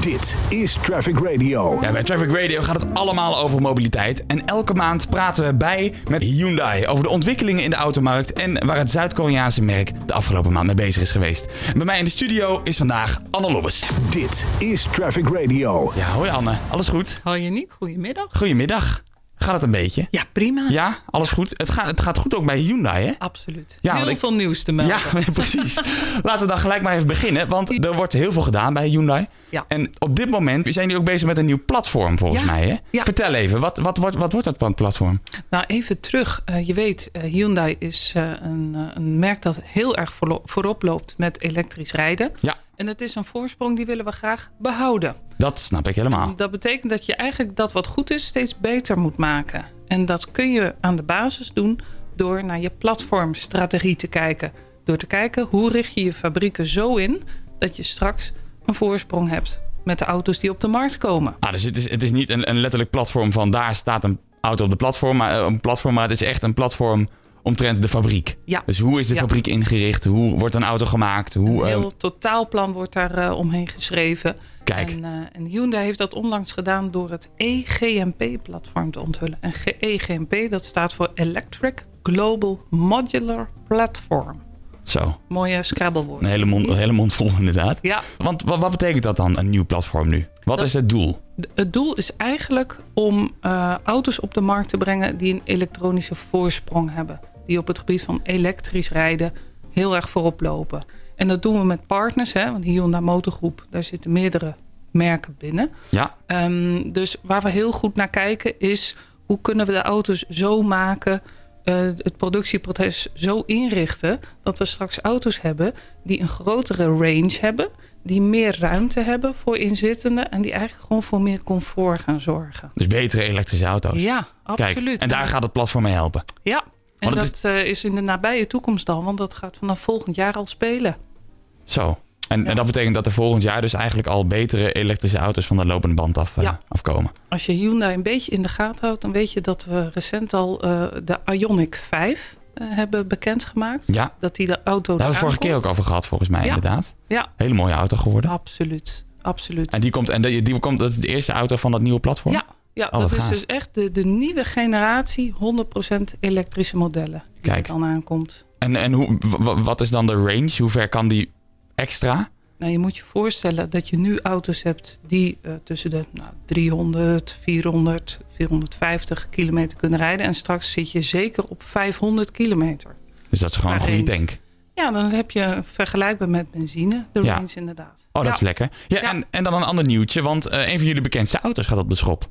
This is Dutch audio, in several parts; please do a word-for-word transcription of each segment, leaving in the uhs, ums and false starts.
Dit is Traffic Radio. Ja, bij Traffic Radio gaat het allemaal over mobiliteit. En elke maand praten we bij met Hyundai over de ontwikkelingen in de automarkt en waar het Zuid-Koreaanse merk de afgelopen maand mee bezig is geweest. En bij mij in de studio is vandaag Anne Lobbes. Dit is Traffic Radio. Ja, hoi Anne. Alles goed? Hoi Yannick, goedemiddag. Goedemiddag. Gaat het een beetje? Ja, prima. Ja, alles goed. Het gaat, het gaat goed ook bij Hyundai, hè? Absoluut. Ja, heel ik... veel nieuws te melden. Ja, precies. Laten we dan gelijk maar even beginnen, want er wordt heel veel gedaan bij Hyundai. Ja. En op dit moment zijn jullie ook bezig met een nieuw platform, volgens ja. mij, hè? Ja. Vertel even, wat, wat, wat, wat wordt dat platform? Nou, even terug. Uh, je weet, uh, Hyundai is uh, een, uh, een merk dat heel erg voorlo- voorop loopt met elektrisch rijden. Ja. En dat is een voorsprong die willen we graag behouden. Dat snap ik helemaal. En dat betekent dat je eigenlijk dat wat goed is steeds beter moet maken. En dat kun je aan de basis doen door naar je platformstrategie te kijken. Door te kijken hoe richt je je fabrieken zo in dat je straks een voorsprong hebt met de auto's die op de markt komen. Ah, dus het is, het is niet een, een letterlijk platform van daar staat een auto op de platform, maar, een platform, maar het is echt een platform omtrent de fabriek. Ja. Dus hoe is de ja. fabriek ingericht? Hoe wordt een auto gemaakt? Hoe, een heel uh... totaalplan wordt daar uh, omheen geschreven. Kijk. En, uh, en Hyundai heeft dat onlangs gedaan door het E G M P-platform te onthullen. En E G M P, dat staat voor Electric Global Modular Platform. Zo. Mooie Scrabble-woord. Een hele mond, een hele mond vol inderdaad. Ja. Want wat, wat betekent dat dan, een nieuw platform nu? Wat dat, is het doel? Het doel is eigenlijk om uh, auto's op de markt te brengen die een elektronische voorsprong hebben. Die op het gebied van elektrisch rijden heel erg voorop lopen. En dat doen we met partners, hè, want Hyundai Motorgroep, daar zitten meerdere merken binnen. Ja. Um, dus waar we heel goed naar kijken is, hoe kunnen we de auto's zo maken, uh, het productieproces zo inrichten, dat we straks auto's hebben die een grotere range hebben, die meer ruimte hebben voor inzittenden en die eigenlijk gewoon voor meer comfort gaan zorgen. Dus betere elektrische auto's. Ja, absoluut. Kijk, en daar gaat het platform mee helpen. Ja, en want dat is... Uh, is in de nabije toekomst al, want dat gaat vanaf volgend jaar al spelen. Zo. En, ja. en dat betekent dat er volgend jaar dus eigenlijk al betere elektrische auto's van de lopende band af, uh, ja. afkomen. Als je Hyundai een beetje in de gaten houdt, dan weet je dat we recent al uh, de Ioniq vijf uh, hebben bekendgemaakt. Ja. Dat die de auto daar hebben we vorige keer ook over gehad, volgens mij, ja. inderdaad. Ja. Hele mooie auto geworden. Absoluut, absoluut. En die komt, en die, die komt, dat is de eerste auto van dat nieuwe platform? Ja, ja oh, dat is gaaf. dus echt de, de nieuwe generatie honderd procent elektrische modellen die Kijk. er dan aankomt. En, en hoe, w- wat is dan de range? Hoe ver kan die extra? Nou, je moet je voorstellen dat je nu auto's hebt die uh, tussen de nou, driehonderd, vierhonderd, vierhonderdvijftig kilometer kunnen rijden. En straks zit je zeker op vijfhonderd kilometer. Dus dat is gewoon een goede tank. Ja, dan heb je vergelijkbaar met benzine, de ja. range inderdaad. Oh, dat ja. is lekker. Ja, ja. En, en dan een ander nieuwtje, want uh, een van jullie bekendste auto's gaat op de schop.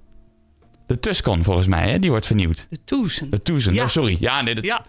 De Tuscan volgens mij, hè? Die wordt vernieuwd. De Tucson. De Tucson, ja. oh sorry. Ja, nee, dat... Ja.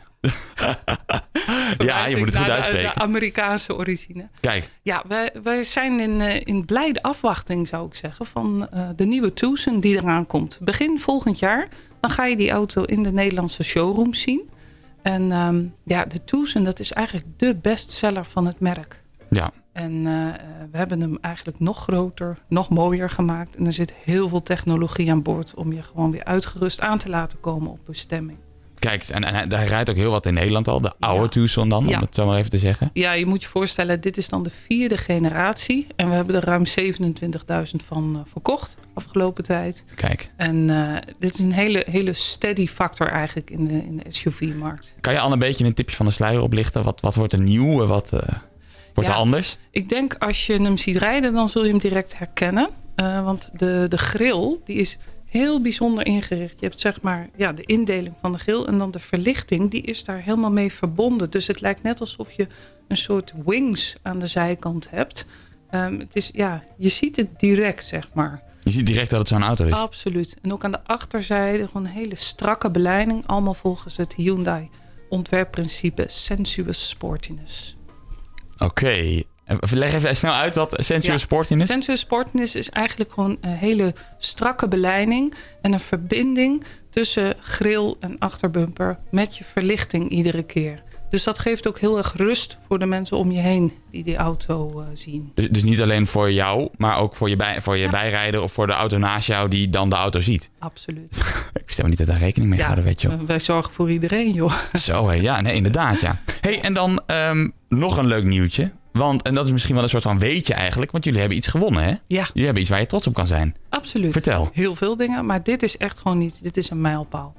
ja, je moet het goed de, uitspreken. De Amerikaanse origine. Kijk. Ja, wij, wij zijn in, uh, in blijde afwachting, zou ik zeggen, van uh, de nieuwe Tucson die eraan komt. Begin volgend jaar, dan ga je die auto in de Nederlandse showrooms zien. En um, ja, de Tucson, dat is eigenlijk de bestseller van het merk. Ja. En uh, we hebben hem eigenlijk nog groter, nog mooier gemaakt. En er zit heel veel technologie aan boord om je gewoon weer uitgerust aan te laten komen op bestemming. Kijk, en, en daar rijdt ook heel wat in Nederland al. De oude ja. Tucson dan, ja. om het zo maar even te zeggen. Ja, je moet je voorstellen, dit is dan de vierde generatie. En we hebben er ruim zevenentwintigduizend van uh, verkocht afgelopen tijd. Kijk. En uh, dit is een hele, hele steady factor eigenlijk in de, in de S U V-markt. Kan je al een beetje een tipje van de sluier oplichten? Wat, wat wordt er nieuw? Wat uh, wordt ja, er anders? Ik denk als je hem ziet rijden, dan zul je hem direct herkennen. Uh, want de, de grill, die is heel bijzonder ingericht. Je hebt zeg maar ja, de indeling van de grill en dan de verlichting, die is daar helemaal mee verbonden. Dus het lijkt net alsof je een soort wings aan de zijkant hebt. Um, het is, ja, je ziet het direct, zeg maar. Je ziet direct dat het zo'n auto is. Absoluut. En ook aan de achterzijde gewoon een hele strakke beleiding. Allemaal volgens het Hyundai ontwerpprincipe Sensuous Sportiness. Oké. Okay. Leg even snel uit wat Sensuous ja. Sportiness is. Sensuous Sportiness is eigenlijk gewoon een hele strakke beleiding en een verbinding tussen grill en achterbumper met je verlichting iedere keer. Dus dat geeft ook heel erg rust voor de mensen om je heen die die auto uh, zien. Dus, dus niet alleen voor jou, maar ook voor je, bij, voor je ja. bijrijder of voor de auto naast jou die dan de auto ziet. Absoluut. Ik stel niet dat daar rekening mee ja, gehouden, weet je wel. Wij zorgen voor iedereen, joh. Zo, hé, ja, nee, inderdaad, ja. Hey, en dan um, nog een leuk nieuwtje. Want, en dat is misschien wel een soort van weetje eigenlijk, want jullie hebben iets gewonnen, hè? Ja. Jullie hebben iets waar je trots op kan zijn. Absoluut. Vertel. Heel veel dingen, maar dit is echt gewoon niet, dit is een mijlpaal.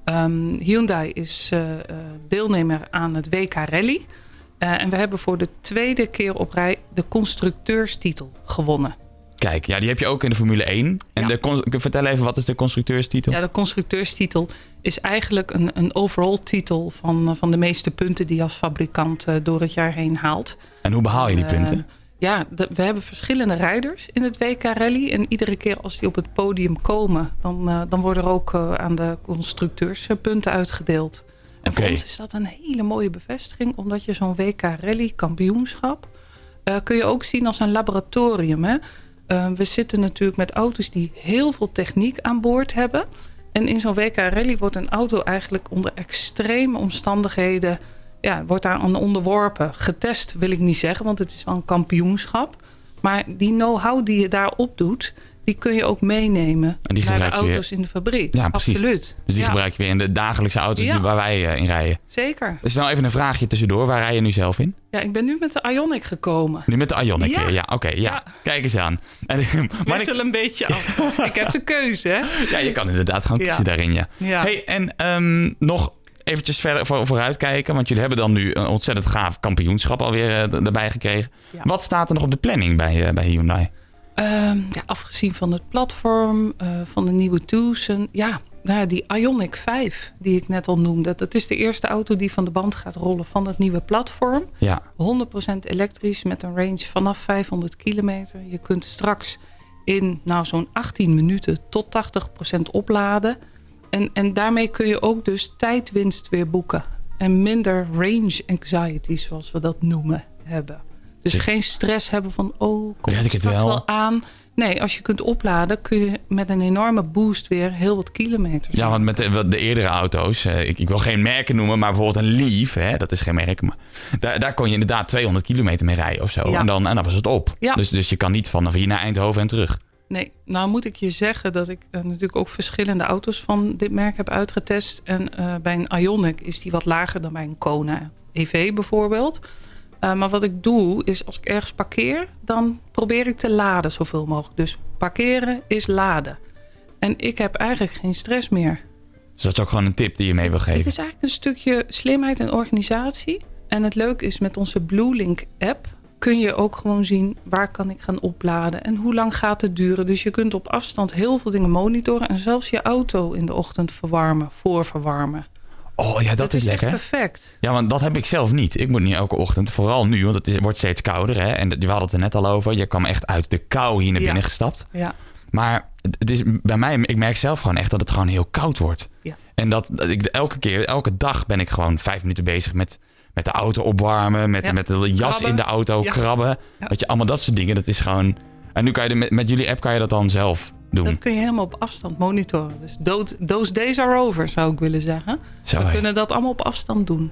Um, Hyundai is uh, uh, deelnemer aan het W K Rally. Uh, en we hebben voor de tweede keer op rij de constructeurstitel gewonnen. Kijk, ja, die heb je ook in de Formule één. En Ja. de con- vertel even, wat is de constructeurstitel? Ja, de constructeurstitel is eigenlijk een, een overall titel van, van de meeste punten die je als fabrikant uh, door het jaar heen haalt. En hoe behaal je die Uh, punten? Ja, de, we hebben verschillende rijders in het W K Rally. En iedere keer als die op het podium komen, dan, uh, dan worden er ook uh, aan de constructeurs uh, punten uitgedeeld. En Oké. voor ons is dat een hele mooie bevestiging, omdat je zo'n W K Rally kampioenschap uh, kun je ook zien als een laboratorium. Hè? Uh, we zitten natuurlijk met auto's die heel veel techniek aan boord hebben. En in zo'n W K Rally wordt een auto eigenlijk onder extreme omstandigheden, ja, wordt daar aan onderworpen. Getest wil ik niet zeggen, want het is wel een kampioenschap. Maar die know-how die je daar opdoet, die kun je ook meenemen En die naar de gebruik je auto's in de fabriek. Ja, precies. Absoluut. Dus die Ja, gebruik je weer in de dagelijkse auto's Ja. die, waar wij uh, in rijden. zeker. Dus nou even een vraagje tussendoor. Waar rij je nu zelf in? Ja, ik ben nu met de Ioniq gekomen. Nu met de Ioniq Ja. weer. Ja, oké. ja. Ja. Kijk eens aan. En, maar ik, Wissel een beetje af. Ik heb de keuze, hè? ja, je kan inderdaad gewoon kiezen Ja. daarin, ja. Ja. Hey, en um, nog eventjes verder voor, vooruitkijken. Want jullie hebben dan nu een ontzettend gaaf kampioenschap alweer uh, erbij gekregen. Ja. Wat staat er nog op de planning bij, uh, bij Hyundai? Um, ja, afgezien van het platform, uh, van de nieuwe Tucson. Ja, nou ja, die Ioniq vijf die ik net al noemde. Dat is de eerste auto die van de band gaat rollen van het nieuwe platform. Ja, honderd procent elektrisch met een range vanaf vijfhonderd kilometer. Je kunt straks in nou, zo'n achttien minuten tot tachtig procent opladen. En, en daarmee kun je ook dus tijdwinst weer boeken. En minder range anxiety, zoals we dat noemen, hebben. Dus Zeg. geen stress hebben van, oh, kom Red ik ik het straks wel? wel aan. Nee, als je kunt opladen, kun je met een enorme boost weer heel wat kilometers. ja, want met de, de eerdere auto's, uh, ik, ik wil geen merken noemen, maar bijvoorbeeld een Leaf, hè, dat is geen merk, maar daar, daar kon je inderdaad tweehonderd kilometer mee rijden of zo. Ja. En, dan, en dan was het op. Ja. Dus, dus je kan niet van hier naar Eindhoven en terug. Nee, nou moet ik je zeggen dat ik uh, natuurlijk ook verschillende auto's van dit merk heb uitgetest. En uh, bij een Ioniq is die wat lager dan bij een Kona E V bijvoorbeeld. Uh, maar wat ik doe is als ik ergens parkeer, dan probeer ik te laden zoveel mogelijk. Dus parkeren is laden. En ik heb eigenlijk geen stress meer. Dus dat is ook gewoon een tip die je mee wil geven. Het is eigenlijk een stukje slimheid en organisatie. En het leuke is met onze BlueLink app kun je ook gewoon zien waar kan ik gaan opladen en hoe lang gaat het duren. Dus je kunt op afstand heel veel dingen monitoren en zelfs je auto in de ochtend verwarmen, voorverwarmen. Oh ja, dat, Dat is is lekker. echt perfect. Ja, want dat heb ik zelf niet. Ik moet niet elke ochtend, vooral nu, want het is, wordt steeds kouder. Hè? En we hadden het er net al over. Je kwam echt uit de kou hier naar Ja. binnen gestapt. Ja, Maar het het is bij mij, ik merk zelf gewoon echt dat het gewoon heel koud wordt. ja. En dat, dat ik elke keer, elke dag ben ik gewoon vijf minuten bezig met, met de auto opwarmen, met, Ja. met de jas Krabben. in de auto, Ja. krabben. Ja. Weet je, allemaal dat soort dingen. Dat is gewoon. En nu kan je de, met, met jullie app kan je dat dan zelf doen. Dat kun je helemaal op afstand monitoren. Dus those, those days are over, zou ik willen zeggen. Zo, We hé. kunnen dat allemaal op afstand doen.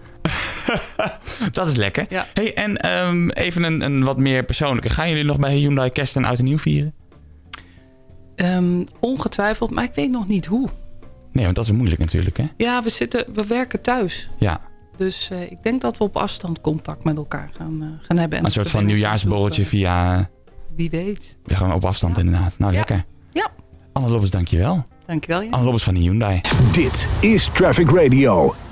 Dat is lekker. Ja. Hey, en ehm, even een, een wat meer persoonlijke. Gaan jullie nog bij Hyundai Kerst en Oud en Nieuw vieren? Um, ongetwijfeld, maar ik weet nog niet hoe. Nee, want dat is moeilijk natuurlijk, hè? Ja, we, zitten, we werken thuis. Ja, Dus uh, ik denk dat we op afstand contact met elkaar gaan, uh, gaan hebben. En een soort van we nieuwjaarsborreltje zoeken. via... uh, Wie weet. ja, gewoon op afstand Ja. inderdaad. Nou, Ja. lekker. Ja, Anne Lobbes, dankjewel. dankjewel. Ja. Anne Lobbes van de Hyundai. Dit is Traffic Radio.